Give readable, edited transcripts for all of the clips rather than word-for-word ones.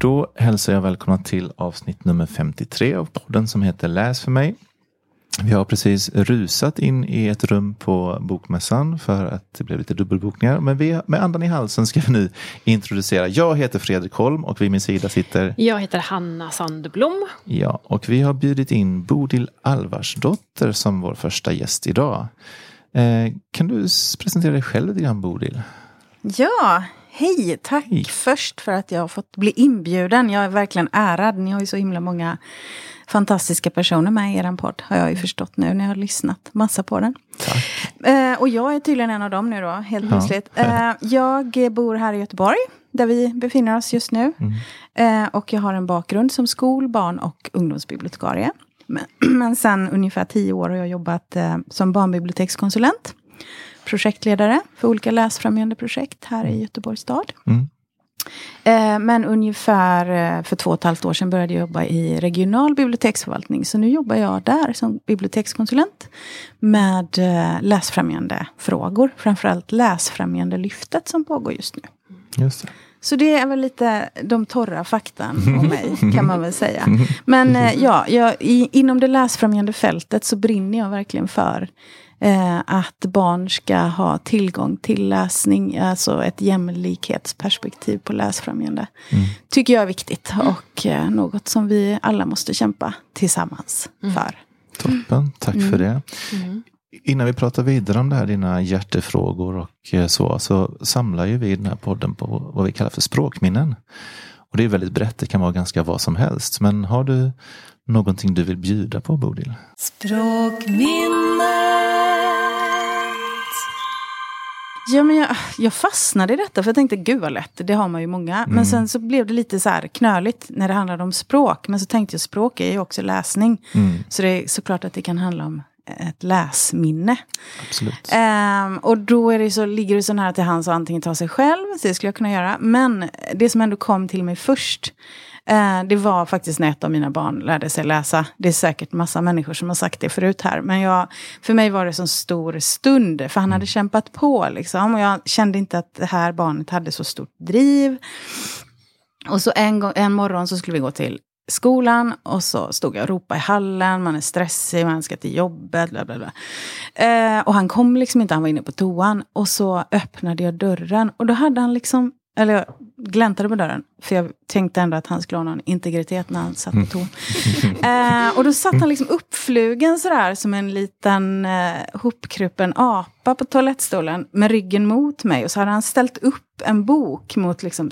Då hälsar jag välkomna till avsnitt nummer 53 av podden som heter Läs för mig. Vi har precis rusat in i ett rum på Bokmässan för att det blev lite dubbelbokningar. Men vi, med andan i halsen ska vi nu introducera. Jag heter Fredrik Holm och vid min sida sitter... Jag heter Hanna Sandblom. Ja, och vi har bjudit in Bodil Alvarsdotter som vår första gäst idag. Kan du presentera dig själv lite grann, Bodil? Ja, hej. Tack först för att jag har fått bli inbjuden. Jag är verkligen ärad. Ni har ju så himla många fantastiska personer med i er podd. Har jag ju förstått nu när jag har lyssnat massa på den. Tack. Och jag är tydligen en av dem nu då, helt plötsligt. Jag bor här i Göteborg, där vi befinner oss just nu. Och jag har en bakgrund som barn- och ungdomsbibliotekarie. Men sen ungefär 10 år har jag jobbat som barnbibliotekskonsulent. Projektledare för olika läsfrämjande projekt här i Göteborgs stad. Men ungefär för 2,5 år sedan började jag jobba i regional biblioteksförvaltning. Så nu jobbar jag där som bibliotekskonsulent med läsfrämjande frågor. Framförallt läsfrämjande lyftet som pågår just nu. Just det. Så det är väl lite de torra faktan om mig, kan man väl säga. Men inom det läsfrämjande fältet så brinner jag verkligen för att barn ska ha tillgång till läsning, alltså ett jämlikhetsperspektiv på läsfrämjande. Tycker jag är viktigt och något som vi alla måste kämpa tillsammans för. Toppen, tack för det. Innan vi pratar vidare om det här, dina hjärtefrågor och så samlar ju vi i den här podden på vad vi kallar för språkminnen. Och det är väldigt brett, det kan vara ganska vad som helst. Men har du någonting du vill bjuda på, Bodil? Språkminnet! Ja, men jag fastnade i detta för jag tänkte, gud vad lätt, det har man ju många. Men sen så blev det lite så här knöligt när det handlade om språk. Men så tänkte jag, språk är ju också läsning. Så det är såklart att det kan handla om ett läsminne. Absolut. Och då ligger det så nära till hands att antingen ta sig själv, så det skulle jag kunna göra. Men det som ändå kom till mig först, det var faktiskt när ett av mina barn lärde sig läsa. Det är säkert massa människor som har sagt det förut här. Men för mig var det en stor stund. För han hade kämpat på liksom. Och jag kände inte att det här barnet hade så stort driv. Och så en morgon så skulle vi gå till skolan. Och så stod jag och ropade i hallen. Man är stressig, man ska till jobbet. Bla bla bla. Och han kom liksom inte, han var inne på toan. Och så öppnade jag dörren. Och då hade han liksom... Eller jag gläntade på dörren. För jag tänkte ändå att han skulle ha någon integritet när han satt på toan. Och då satt han liksom uppflugen sådär. Som en liten hopkruppen apa på toalettstolen. Med ryggen mot mig. Och så hade han ställt upp en bok mot liksom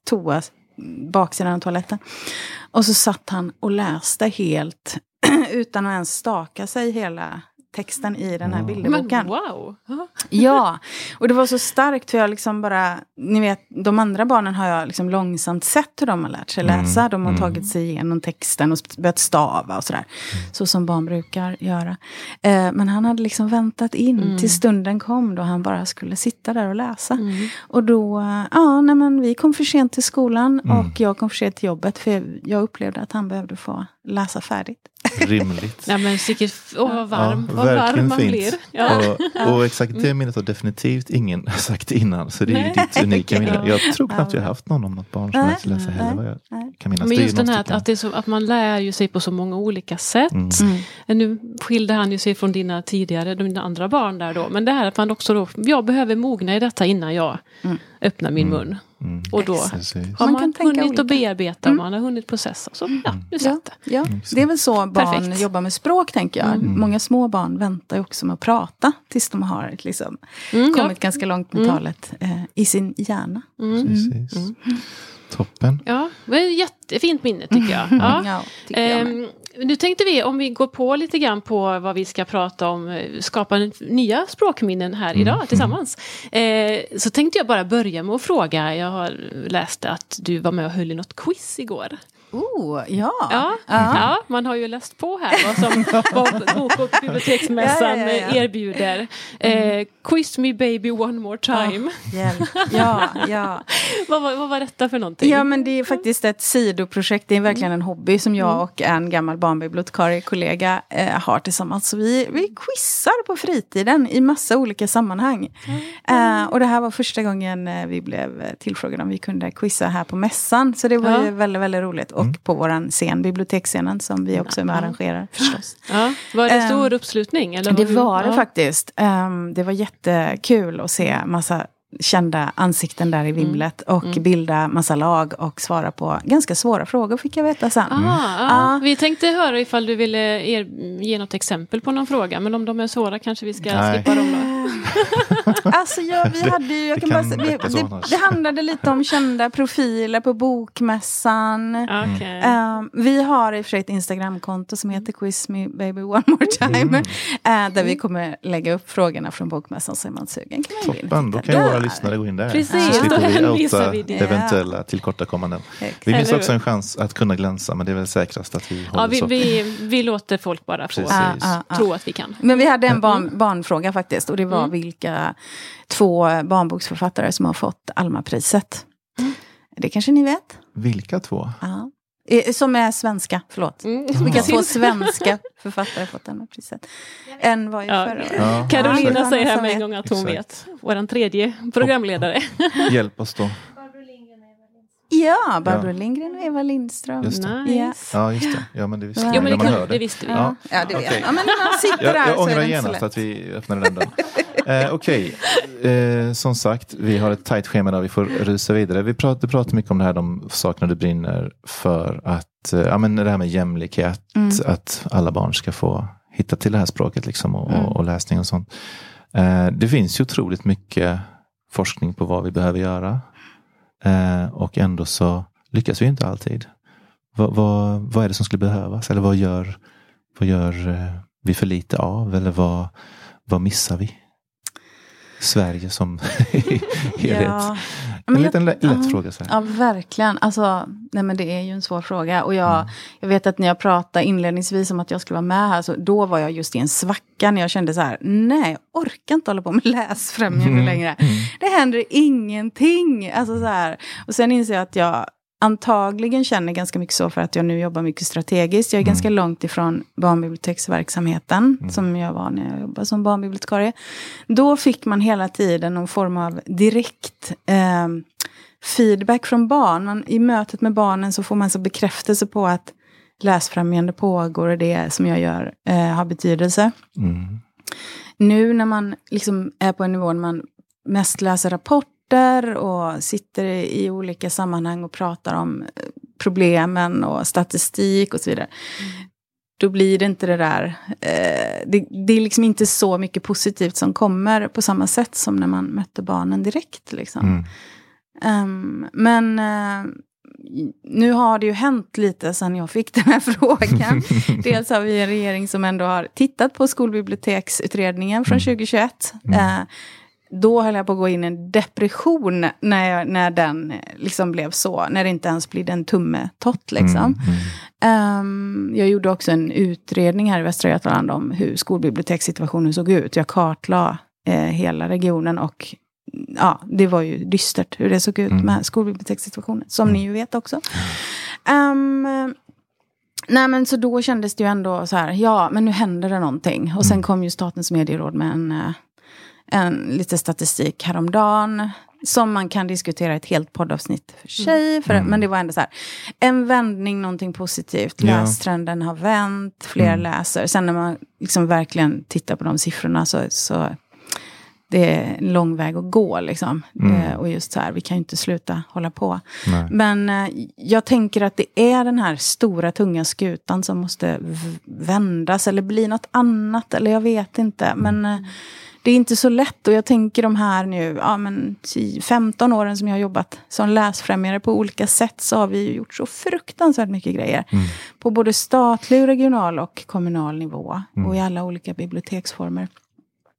baksidan av toaletten. Och så satt han och läste helt. Utan att ens staka sig hela texten i den här bilderboken. Men wow! Ja, och det var så starkt för jag liksom bara, ni vet, de andra barnen har jag liksom långsamt sett hur de har lärt sig läsa. De har tagit sig igenom texten och börjat stava och sådär. Så som barn brukar göra. Men han hade liksom väntat in till stunden kom då han bara skulle sitta där och läsa. Och då, vi kom för sent till skolan och jag kom för sent till jobbet för jag upplevde att han behövde få läsa färdigt. Rimligt. Nej, men säkert, vad varm man fint. blir. Ja. Och exakt det minnet har definitivt ingen sagt innan. Så det är ju ditt unika minne. Jag tror knappt jag har haft något barn som läser heller. Vad jag kan minnas. Men just den här att det är så, att man lär ju sig på så många olika sätt. Nu skilde han ju sig från dina andra barn där då. Men det här att man också då, jag behöver mogna i detta innan jag öppnar min mun. Och då har man hunnit att bearbeta och man har hunnit processa. Så nu satt det. Ja, det är väl så barn Perfekt. jobbar med språk, tänker jag. Många små barn väntar ju också med att prata tills de har liksom, kommit ganska långt med talet i sin hjärna. Precis. Toppen. Ja, det är ett jättefint minne tycker jag. Ja. Nu tänkte vi, om vi går på lite grann på vad vi ska prata om, skapa nya språkminnen här idag tillsammans. Så tänkte jag bara börja med att fråga, jag har läst att du var med och höll i något quiz igår. Ja, man har ju läst på här vad Bok- och biblioteksmässan erbjuder. Quiz me baby one more time. Vad var detta för någonting? Ja, men det är faktiskt ett sidoprojekt. Det är verkligen en hobby som jag och en gammal barnbibliotekariekollega har tillsammans. Så vi quizar på fritiden i massa olika sammanhang. Och det här var första gången vi blev tillfrågade om vi kunde quizza här på mässan. Så det var ju väldigt, väldigt roligt. Och på våran scen, biblioteksscenen, som vi också är med och arrangerar förstås. Ja. Var det stor uppslutning? Eller det var det faktiskt. Det var jättekul att se massa kända ansikten där i vimlet och bilda massa lag och svara på ganska svåra frågor, fick jag veta sen. Vi tänkte höra ifall du ville ge något exempel på någon fråga, men om de är svåra kanske vi ska skippa dem då. Alltså vi hade ju, det handlade lite om kända profiler på bokmässan. Vi har i och för sig ett Instagramkonto som heter Quiz me baby one more time, där vi kommer lägga upp frågorna från bokmässan, så är man sugen. Toppen, då kan våra lyssnare gå in där. Precis, så slipper vi outa eventuella tillkortakommanden. Vi finns också en chans att kunna glänsa, men det är väl säkrast att vi håller så. Vi låter folk bara få tro att vi kan. Men vi hade en barnfråga faktiskt, och det var vilka 2 barnboksförfattare som har fått Alma-priset. Det kanske ni vet? Vilka 2? Ja. Som är svenska, förlåt. Vilka 2 svenska författare har fått Alma-priset. En var ju förra. Carolina säger här med en gång att hon vet. Vår 3:e programledare. Hjälp oss då. Ja, Barbro Lindgren och Eva Lindström. Just det. Nice. Ja, just det. Ja, men det visste Ja, men det visste vi. Ja, det vet jag. Ja, men när man sitter där jag så är ångrar det genast att vi öppnade den dörren. Okej. Som sagt, vi har ett tajt schema där vi får rusa vidare. Vi pratar mycket om det här, de sakerna du brinner för, att men det här med jämlikhet, att alla barn ska få hitta till det här språket liksom, och läsning och sånt. Det finns ju otroligt mycket forskning på vad vi behöver göra. Och ändå så lyckas vi inte alltid. Vad är det som skulle behövas? Eller vad gör vi för lite av? Eller vad missar vi? Sverige som helhet. En liten lätt fråga. Så här. Ja, verkligen. Alltså, nej, men det är ju en svår fråga. Och jag vet att när jag pratade inledningsvis om att jag skulle vara med här, så då var jag just i en svacka när jag kände så här: nej, jag orkar inte hålla på med läsfrämjande längre. Det händer ingenting. Alltså, så här. Och sen inser jag att jag antagligen känner ganska mycket så för att jag nu jobbar mycket strategiskt. Jag är ganska långt ifrån barnbiblioteksverksamheten som jag var när jag jobbade som barnbibliotekarie. Då fick man hela tiden någon form av direkt feedback från barn. I mötet med barnen så får man så bekräftelse på att läsfrämjande pågår och det som jag gör har betydelse. Nu när man liksom är på en nivå när man mest läser rapporter och sitter i olika sammanhang och pratar om problemen och statistik och så vidare. Då blir det inte det där, det är liksom inte så mycket positivt som kommer på samma sätt som när man mötte barnen direkt liksom. Men nu har det ju hänt lite sedan jag fick den här frågan. Dels har vi en regering som ändå har tittat på skolbiblioteksutredningen från 2021. Då höll jag på att gå in i en depression när den liksom blev så. När det inte ens blev en tummetott liksom. Jag gjorde också en utredning här i Västra Götaland om hur skolbibliotekssituationen såg ut. Jag kartlade hela regionen och det var ju dystert hur det såg ut med skolbibliotekssituationen. Som ni ju vet också. Nej, men så då kändes det ju ändå så här, men nu händer det någonting. Och sen kom ju Statens medieråd med en lite statistik häromdagen som man kan diskutera ett helt poddavsnitt för sig. Men det var ändå så här, en vändning, någonting positivt. Lästrenden har vänt, fler läser. Sen när man liksom verkligen tittar på de siffrorna så det är en lång väg att gå liksom. Och just så här, vi kan ju inte sluta hålla på. Nej. Men jag tänker att det är den här stora tunga skutan som måste vändas eller bli något annat. Eller jag vet inte, men det är inte så lätt. Och jag tänker de här nu 15 åren som jag har jobbat som läsfrämjare på olika sätt, så har vi ju gjort så fruktansvärt mycket grejer. På både statlig, regional och kommunal nivå. Och i alla olika biblioteksformer.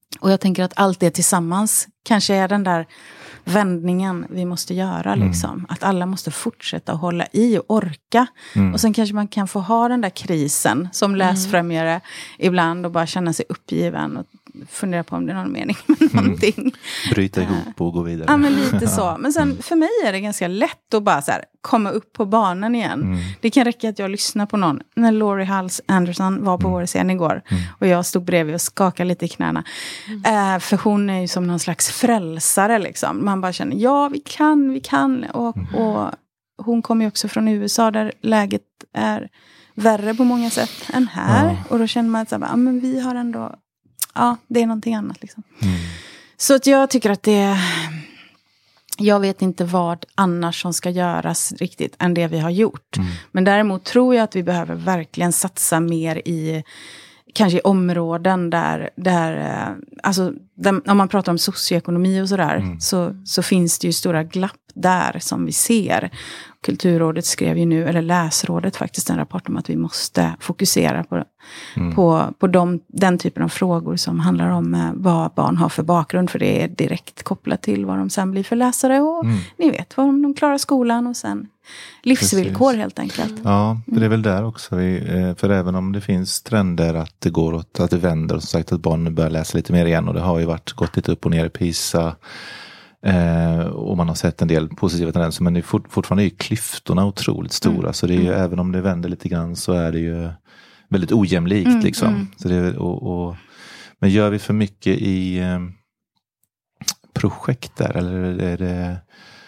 Och jag tänker att allt det tillsammans kanske är den där vändningen vi måste göra liksom. Att alla måste fortsätta att hålla i och orka. Och sen kanske man kan få ha den där krisen som läsfrämjare ibland och bara känna sig uppgiven och fundera på om det är någon mening med någonting. Bryta ihop och gå vidare. Ja, men lite så. Men sen för mig är det ganska lätt att bara så här, komma upp på banan igen. Det kan räcka att jag lyssnar på någon. När Laurie Halse Anderson var på vår scen igår och jag stod bredvid och skakade lite i knäna. För hon är ju som någon slags frälsare liksom. Man bara känner, ja vi kan. Och hon kommer ju också från USA där läget är värre på många sätt än här. Och då känner man att så här, men vi har ändå, det är någonting annat liksom. Så att jag tycker att jag vet inte vad annars som ska göras riktigt än det vi har gjort. Men däremot tror jag att vi behöver verkligen satsa mer i kanske i områden där om man pratar om socioekonomi och sådär så finns det ju stora glapp där som vi ser. Kulturrådet skrev ju nu, eller Läsrådet faktiskt, en rapport om att vi måste fokusera på den typen av frågor som handlar om vad barn har för bakgrund, för det är direkt kopplat till vad de sen blir för läsare och ni vet, vad de klarar skolan och sen livsvillkor helt enkelt. Ja, det är väl där också. För även om det finns trender att det går åt, att det vänder och som sagt att barnen börjar läsa lite mer igen och det har ju gått lite upp och ner i PISA och man har sett en del positiva tendenser, men det är fortfarande är klyftorna otroligt stora, så det är ju, även om det vänder lite grann så är det ju väldigt ojämlikt liksom. Så det, men gör vi för mycket i projekt där, eller är det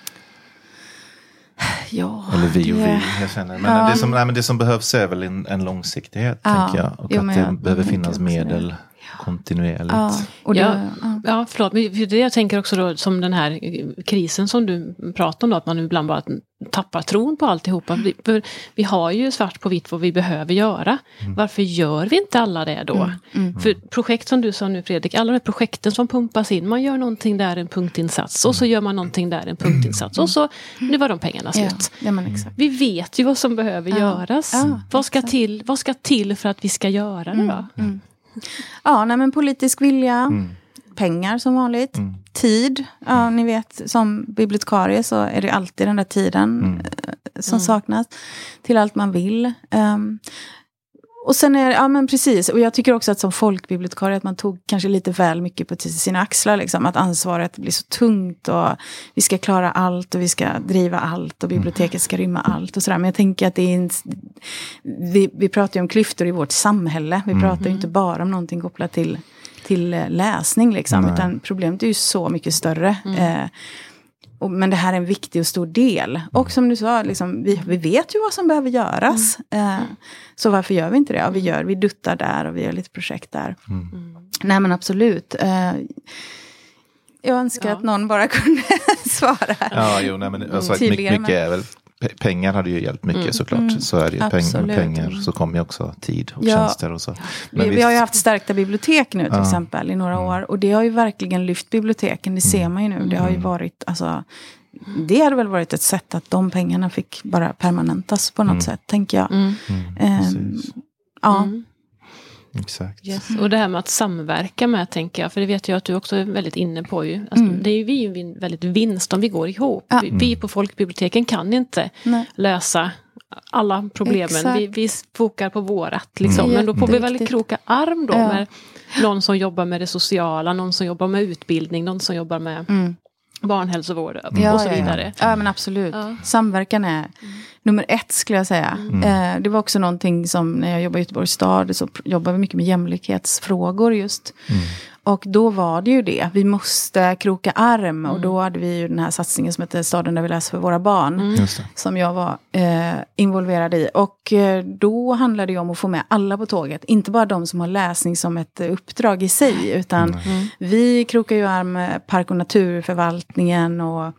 eller vi, jag känner. Men det som behövs är väl en långsiktighet, tänker jag. Och att det behöver finnas medel kontinuerligt. Förlåt. Men det jag tänker också då, som den här krisen som du pratar om då, att man ibland bara tappar tron på alltihopa. Vi har ju svart på vitt vad vi behöver göra. Varför gör vi inte alla det då? För projekt som du sa nu, Fredrik, alla de projekten som pumpas in, man gör någonting där, en punktinsats, och så gör man någonting där, en punktinsats, och så nu var de pengarna slut. Vi vet ju vad som behöver göras. Vad ska till för att vi ska göra det då? Men politisk vilja, pengar som vanligt, tid, ni vet, som bibliotekarie så är det alltid den där tiden som saknas till allt man vill. Och sen är precis, och jag tycker också att som folkbibliotekarie att man tog kanske lite väl mycket på sina axlar liksom, att ansvaret blir så tungt och vi ska klara allt och vi ska driva allt och biblioteket ska rymma allt och sådär, men jag tänker att det är vi pratar ju om klyftor i vårt samhälle, vi pratar ju inte bara om någonting kopplat till läsning liksom, utan problemet är ju så mycket större. Men det här är en viktig och stor del. Och som du sa, liksom, vi vet ju vad som behöver göras. Så varför gör vi inte det? Ja, vi duttar där och vi gör lite projekt där. Nej, men absolut. Jag önskar att någon bara kunde svara. Mycket är väl... Pengar hade ju hjälpt mycket såklart. Så är det ju. Pengar så kommer ju också tid och tjänster och så. Men vi har ju haft stärkta bibliotek nu till exempel i några år. Och det har ju verkligen lyft biblioteken. Det ser man ju nu. Det har ju varit, det hade väl varit ett sätt att de pengarna fick bara permanentas på något sätt, tänker jag. Exakt. Yes. Och det här med att samverka med, tänker jag, för det vet jag att du också är väldigt inne på ju. Det är ju vi väldigt vinst om vi går ihop. Vi på folkbiblioteken kan inte lösa alla problemen. Vi fokar på vårat liksom. Men då får vi väl kroka arm då med någon som jobbar med det sociala, någon som jobbar med utbildning, någon som jobbar med barnhälsovård och så vidare. Ja, men absolut. Samverkan är nummer 1, skulle jag säga. Det var också någonting som när jag jobbade i Göteborgs stad så jobbade vi mycket med jämlikhetsfrågor just. Och då var det ju det. Vi måste kroka arm. Och då hade vi ju den här satsningen som heter Staden där vi läser för våra barn. Som jag var involverad i. Och då handlade det om att få med alla på tåget. Inte bara de som har läsning som ett uppdrag i sig. Utan vi krokar ju arm med Park- och naturförvaltningen och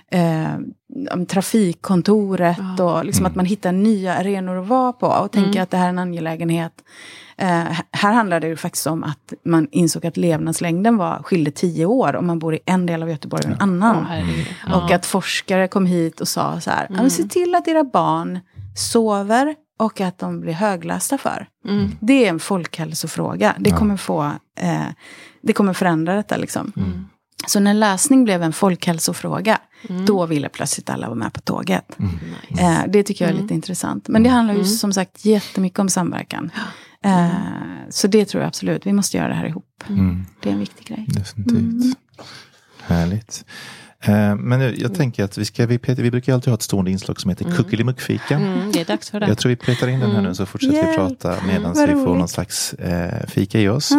trafikkontoret. Och liksom att man hittar nya arenor att vara på. Och tänker att det här är en angelägenhet. Här handlar det ju faktiskt om att man insåg att levnadslängden skilde 10 år om man bor i en del av Göteborg och en annan. Och att forskare kom hit och sa så här, se till att era barn sover och att de blir höglästa för. Det är en folkhälsofråga. Det kommer det kommer förändra detta liksom. Så när läsning blev en folkhälsofråga, då ville plötsligt alla vara med på tåget. Det tycker jag är lite intressant. Men det handlar ju som sagt jättemycket om samverkan. Så det tror jag absolut. Vi måste göra det här ihop. Det är en viktig grej. Definitivt. Härligt. Men jag tänker att vi brukar alltid ha ett stående inslag som heter Kuckelimuckfika. Det är dags för det. Jag tror vi petar in den här nu så fortsätter vi prata medan vi får någon slags fika i oss.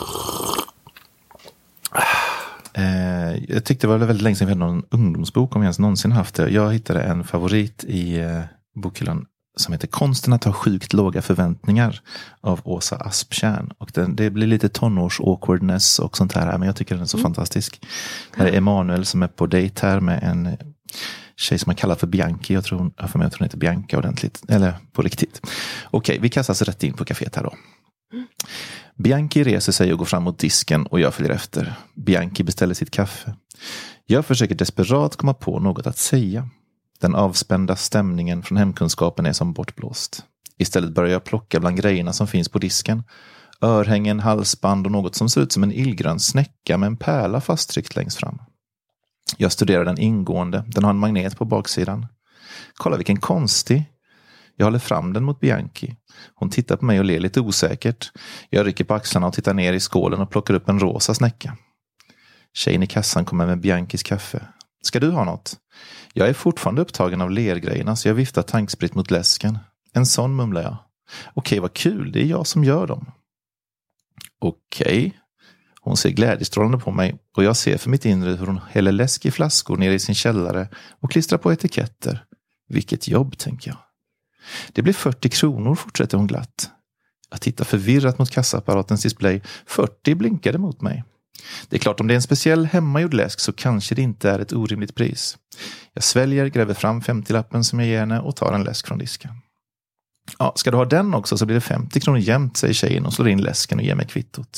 Jag tyckte det var väldigt länge sedan vi hade någon ungdomsbok, om jag ens någonsin haft det. Jag hittade en favorit i bokhyllan som heter Konsten att ha sjukt låga förväntningar av Åsa Asptjärn. Och det blir lite tonårs-awkwardness och sånt här, men jag tycker den är så fantastisk. Här är Emanuel som är på dejt här med en tjej som man kallar för Bianchi. Jag tror hon heter Bianca ordentligt, eller på riktigt. Okej, vi kastas rätt in på kaféet här då. Bianchi reser sig och går fram mot disken och jag följer efter. Bianchi beställer sitt kaffe. Jag försöker desperat komma på något att säga. Den avspända stämningen från hemkunskapen är som bortblåst. Istället börjar jag plocka bland grejerna som finns på disken. Örhängen, halsband och något som ser ut som en illgrön snäcka med en pärla fasttryckt längst fram. Jag studerar den ingående. Den har en magnet på baksidan. Kolla vilken konstig. Jag håller fram den mot Bianchi. Hon tittar på mig och ler lite osäkert. Jag rycker på axlarna och tittar ner i skålen och plockar upp en rosa snäcka. Tjejen i kassan kommer med Bianchis kaffe. Ska du ha något? Jag är fortfarande upptagen av lergrejerna så jag viftar tanksprit mot läsken. En sån, mumlar jag. Okej, vad kul. Det är jag som gör dem. Okej. Hon ser glädjestrålande på mig och jag ser för mitt inre hur hon häller läsk i flaskor nere i sin källare och klistrar på etiketter. Vilket jobb, tänker jag. Det blir 40 kronor, fortsätter hon glatt. Jag tittar förvirrat mot kassaapparatens display. 40 blinkade mot mig. Det är klart, om det är en speciell hemmagjord läsk så kanske det inte är ett orimligt pris. Jag sväljer, gräver fram 50-lappen som jag ger henne och tar en läsk från disken. Ja, ska du ha den också så blir det 50 kronor jämt, säger tjejen och slår in läsken och ger mig kvittot.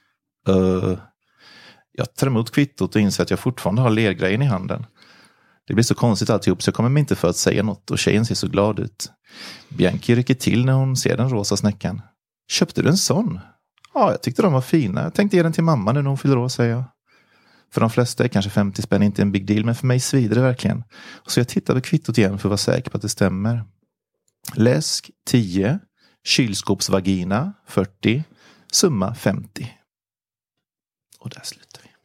Jag tar emot kvittot och inser att jag fortfarande har lergrejen i handen. Det blir så konstigt alltihop så jag kommer mig inte för att säga något och tjejen ser så glad ut. Bianchi rycker till när hon ser den rosa snäckan. Köpte du en sån? Ja, jag tyckte de var fina. Jag tänkte ge den till mamma nu när hon fyller år, säger jag. För de flesta är kanske 50 spänn inte en big deal, men för mig svider det verkligen. Så jag tittar på kvittot igen för att vara säker på att det stämmer. Läsk 10, kylskåpsvagina 40, summa 50. Och där slutar vi.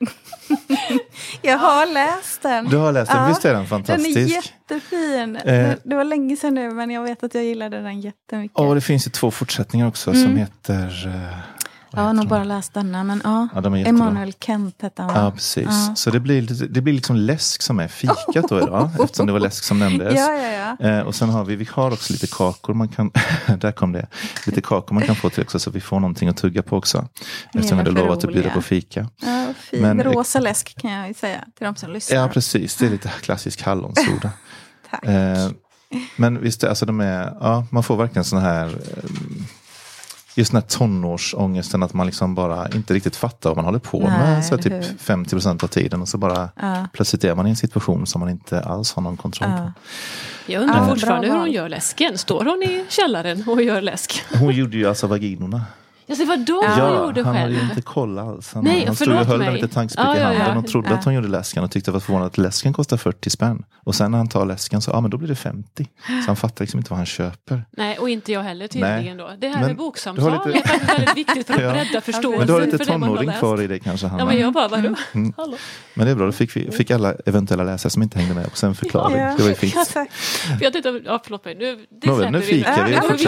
Jag har läst den. Du har läst den, visst är den fantastisk? Den är jättefin. Det var länge sedan nu, men jag vet att jag gillade den jättemycket. Och det finns ju 2 fortsättningar också som heter... Jag har nog bara läst denna, men de är Emanuel Kent hette han. Ja, precis. Så det blir liksom läsk som är fikat då idag, eftersom det var läsk som nämndes. Ja. Och sen har vi har också lite kakor man kan, där kom det, lite kakor man kan få till också så vi får någonting att tugga på också. Eftersom jag hade lovat att bjuda på fika. Ja, fin. Men rosa läsk kan jag ju säga till de som lyssnar. Ja, precis. Det är lite klassisk hallonsoda. Tack. Men visst, alltså man får verkligen sån här... Just den här tonårsångesten att man liksom bara inte riktigt fattar vad man håller på med så typ 50% av tiden och så bara plötsligt är man i en situation som man inte alls har någon kontroll på. Jag undrar fortfarande hur hon gör läsken. Står hon i källaren och gör läsk? Hon gjorde ju alltså vaginorna. Ja, det var då hon gjorde han själv. hade ju inte kollat alls. Han stod och höll lite tanksprit i handen och trodde att hon gjorde läsken och tyckte att det var förvånande att läsken kostar 40 spänn. Och sen när han tar läsken så, men då blir det 50. Så han fattar liksom inte vad han köper. Nej, och inte jag heller tydligen då. Det här med boksamtal är faktiskt väldigt viktigt för att bredda förståelsen. Men du har lite tonåring kvar i det kanske, Hanna. Ja, men jag bara, vadå? Men det är bra, då fick alla eventuella läsare som inte hängde med och sen förklarade. Det var ju fint. Jag tänkte, förlåt mig, nu fikar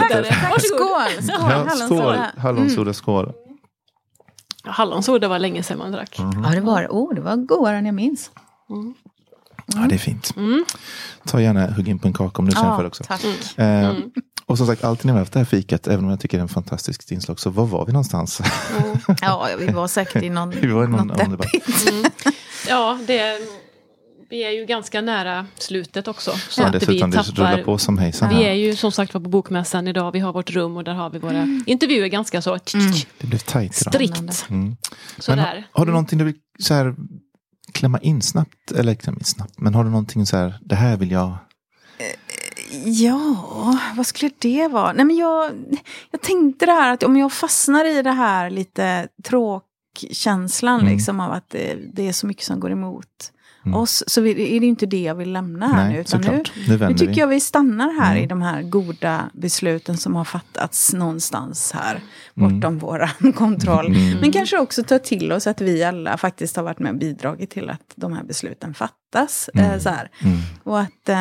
vi. Skål! Hallonsoda, skål. Hallonsoda var länge sedan man drack. Ja, det var godare än jag minns. Ja, det är fint. Ta gärna hugg in på en kaka om du känner för det också. Tack. Och som sagt, alltid när vi har haft det här fikat, även om jag tycker det är en fantastisk inslag, så var vi någonstans? Ja, vi var säkert i någon deppigt. Ja, vi är ju ganska nära slutet också. Så att vi tappar på som hejsan. Vi är ju som sagt på bokmässan idag. Vi har vårt rum och där har vi våra intervjuer ganska så det blev tajt strikt. Men har du någonting du vill så här klämma in snabbt? Eller klämma in snabbt. Men har du någonting så här, det här vill jag... Ja, vad skulle det vara? Nej, men jag tänkte det här att om jag fastnar i det här lite tråkkänslan liksom av att det är så mycket som går emot oss, så är det inte det jag vill lämna här. Nej, nu. Utan nu tycker jag vi stannar här i de här goda besluten som har fattats någonstans här bortom våran kontroll. Men kanske också ta till oss att vi alla faktiskt har varit med och bidragit till att de här besluten fattas. Så här. Och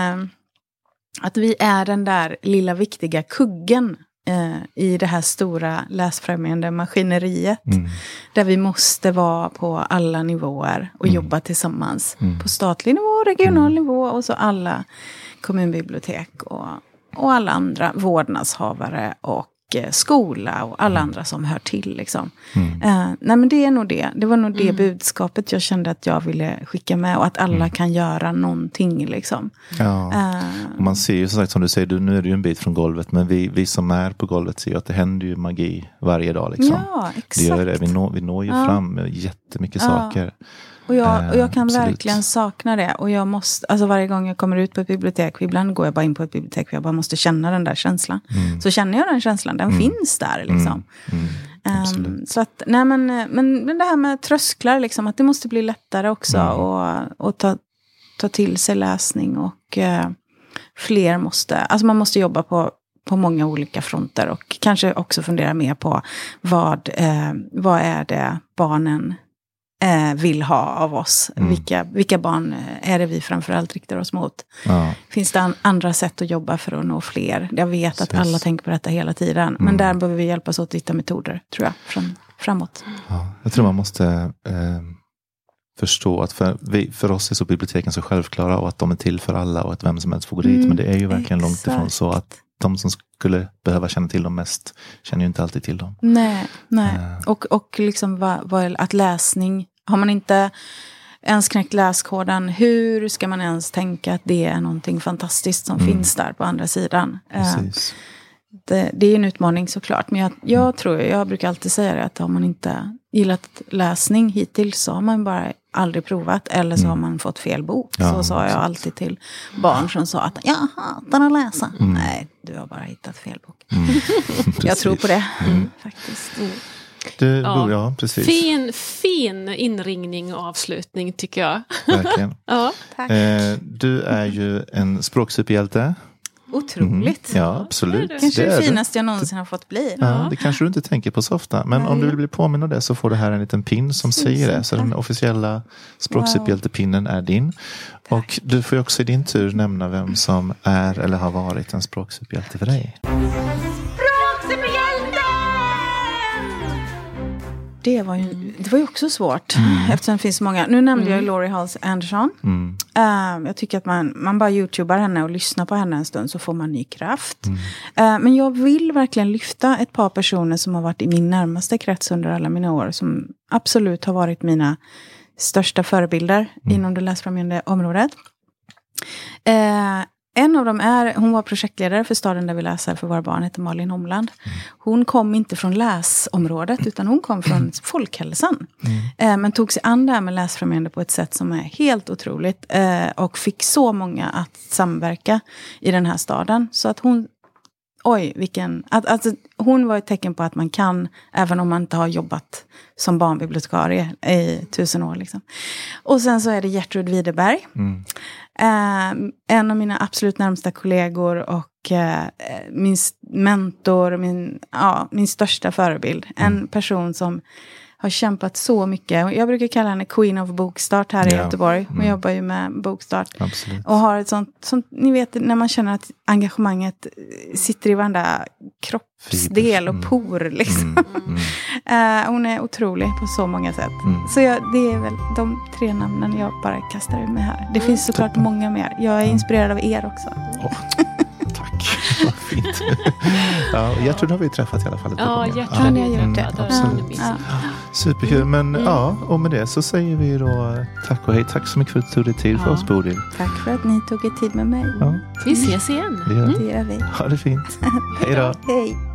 att vi är den där lilla viktiga kuggen i det här stora läsfrämjande maskineriet. Där vi måste vara på alla nivåer och jobba tillsammans. På statlig nivå, regional nivå och så alla kommunbibliotek och alla andra vårdnadshavare och skola och alla andra som hör till liksom. Nej, men det är nog det. Det var nog det budskapet jag kände att jag ville skicka med, och att alla kan göra någonting liksom. Ja. Och man ser ju som sagt, som du säger, nu är det ju en bit från golvet, men vi som är på golvet ser ju att det händer ju magi varje dag liksom. Ja, exakt. Det gör det. Vi når ju fram med jättemycket saker. Och jag kan verkligen sakna det. Och jag måste, alltså varje gång jag kommer ut på ett bibliotek, ibland går jag bara in på ett bibliotek för jag bara måste känna den där känslan. Så känner jag den känslan, den finns där liksom. Så att, nej men det här med trösklar liksom, att det måste bli lättare också och ta till sig läsning, och fler måste, alltså man måste jobba på många olika fronter, och kanske också fundera mer på vad är det barnen vill ha av oss. Vilka barn är det vi framförallt riktar oss mot? Finns det andra sätt att jobba för att nå fler? Jag vet att alla tänker på detta hela tiden. Men där behöver vi hjälpas åt att hitta metoder, tror jag, framåt. Ja, jag tror man måste förstå att för oss är så biblioteken så självklara, och att de är till för alla och att vem som helst får gå dit. Men det är ju verkligen långt ifrån så att de som skulle behöva känna till dem mest känner ju inte alltid till dem. Nej. Och liksom att läsning, har man inte ens knäckt läskoden, hur ska man ens tänka att det är någonting fantastiskt som finns där på andra sidan? Precis. Det är en utmaning såklart, men jag brukar alltid säga det, att har man inte gillat läsning hittills så har man bara aldrig provat, eller så har man fått fel bok. Så sa jag alltid till barn som sa att jag hatar att läsa. Nej, du har bara hittat fel bok. Jag tror på det, faktiskt. Precis. Fin inringning och avslutning tycker jag. Verkligen. Tack. Du är ju en språksuperhjälte. Otroligt. Ja, absolut. Kanske det finaste jag någonsin har fått bli. Ja, det kanske du inte tänker på så ofta. Men om du vill bli påminn om det, så får du här en liten pin som säger det. Så den officiella språksuperhjältepinnen är din. Tack. Och du får ju också i din tur nämna vem som är eller har varit en språksuperhjälte för dig. Det var ju också svårt, eftersom det finns så många. Nu nämnde jag Laurie Halse Anderson. Jag tycker att man bara youtubar henne och lyssnar på henne en stund, så får man ny kraft. Men jag vill verkligen lyfta ett par personer som har varit i min närmaste krets under alla mina år, som absolut har varit mina största förebilder inom det läsfrämjande området. En av dem hon var projektledare för staden där vi läser för våra barn, heter Malin Omland. Hon kom inte från läsområdet, utan hon kom från folkhälsan. Men tog sig an det här med läsfrämjande på ett sätt som är helt otroligt. Och fick så många att samverka i den här staden. Så att hon, hon var ett tecken på att man kan, även om man inte har jobbat som barnbibliotekarie i 1000 år. Liksom. Och sen så är det Gertrud Widerberg. En av mina absolut närmsta kollegor och min mentor, min största förebild. En person som har kämpat så mycket. Jag brukar kalla henne Queen of Bokstart här i Göteborg. Hon jobbar ju med Bokstart. Absolut. Och har ett sånt, ni vet, när man känner att engagemanget sitter i varenda kroppsdel och por. Liksom. Hon är otrolig på så många sätt. Så det är väl de 3 namnen jag bara kastar ur mig här. Det finns såklart många mer. Jag är inspirerad av er också. Tack, vad fint. Gertrud har vi träffat i alla fall. Ja, Gertrud har gjort det. Absolut. Superkul, men och med det så säger vi då tack och hej. Tack så mycket för att du tog dig tid för oss, Bodil. Tack för att ni tog er tid med mig. Vi ses igen. Det gör vi. Ha det fint. Hej då. Hej.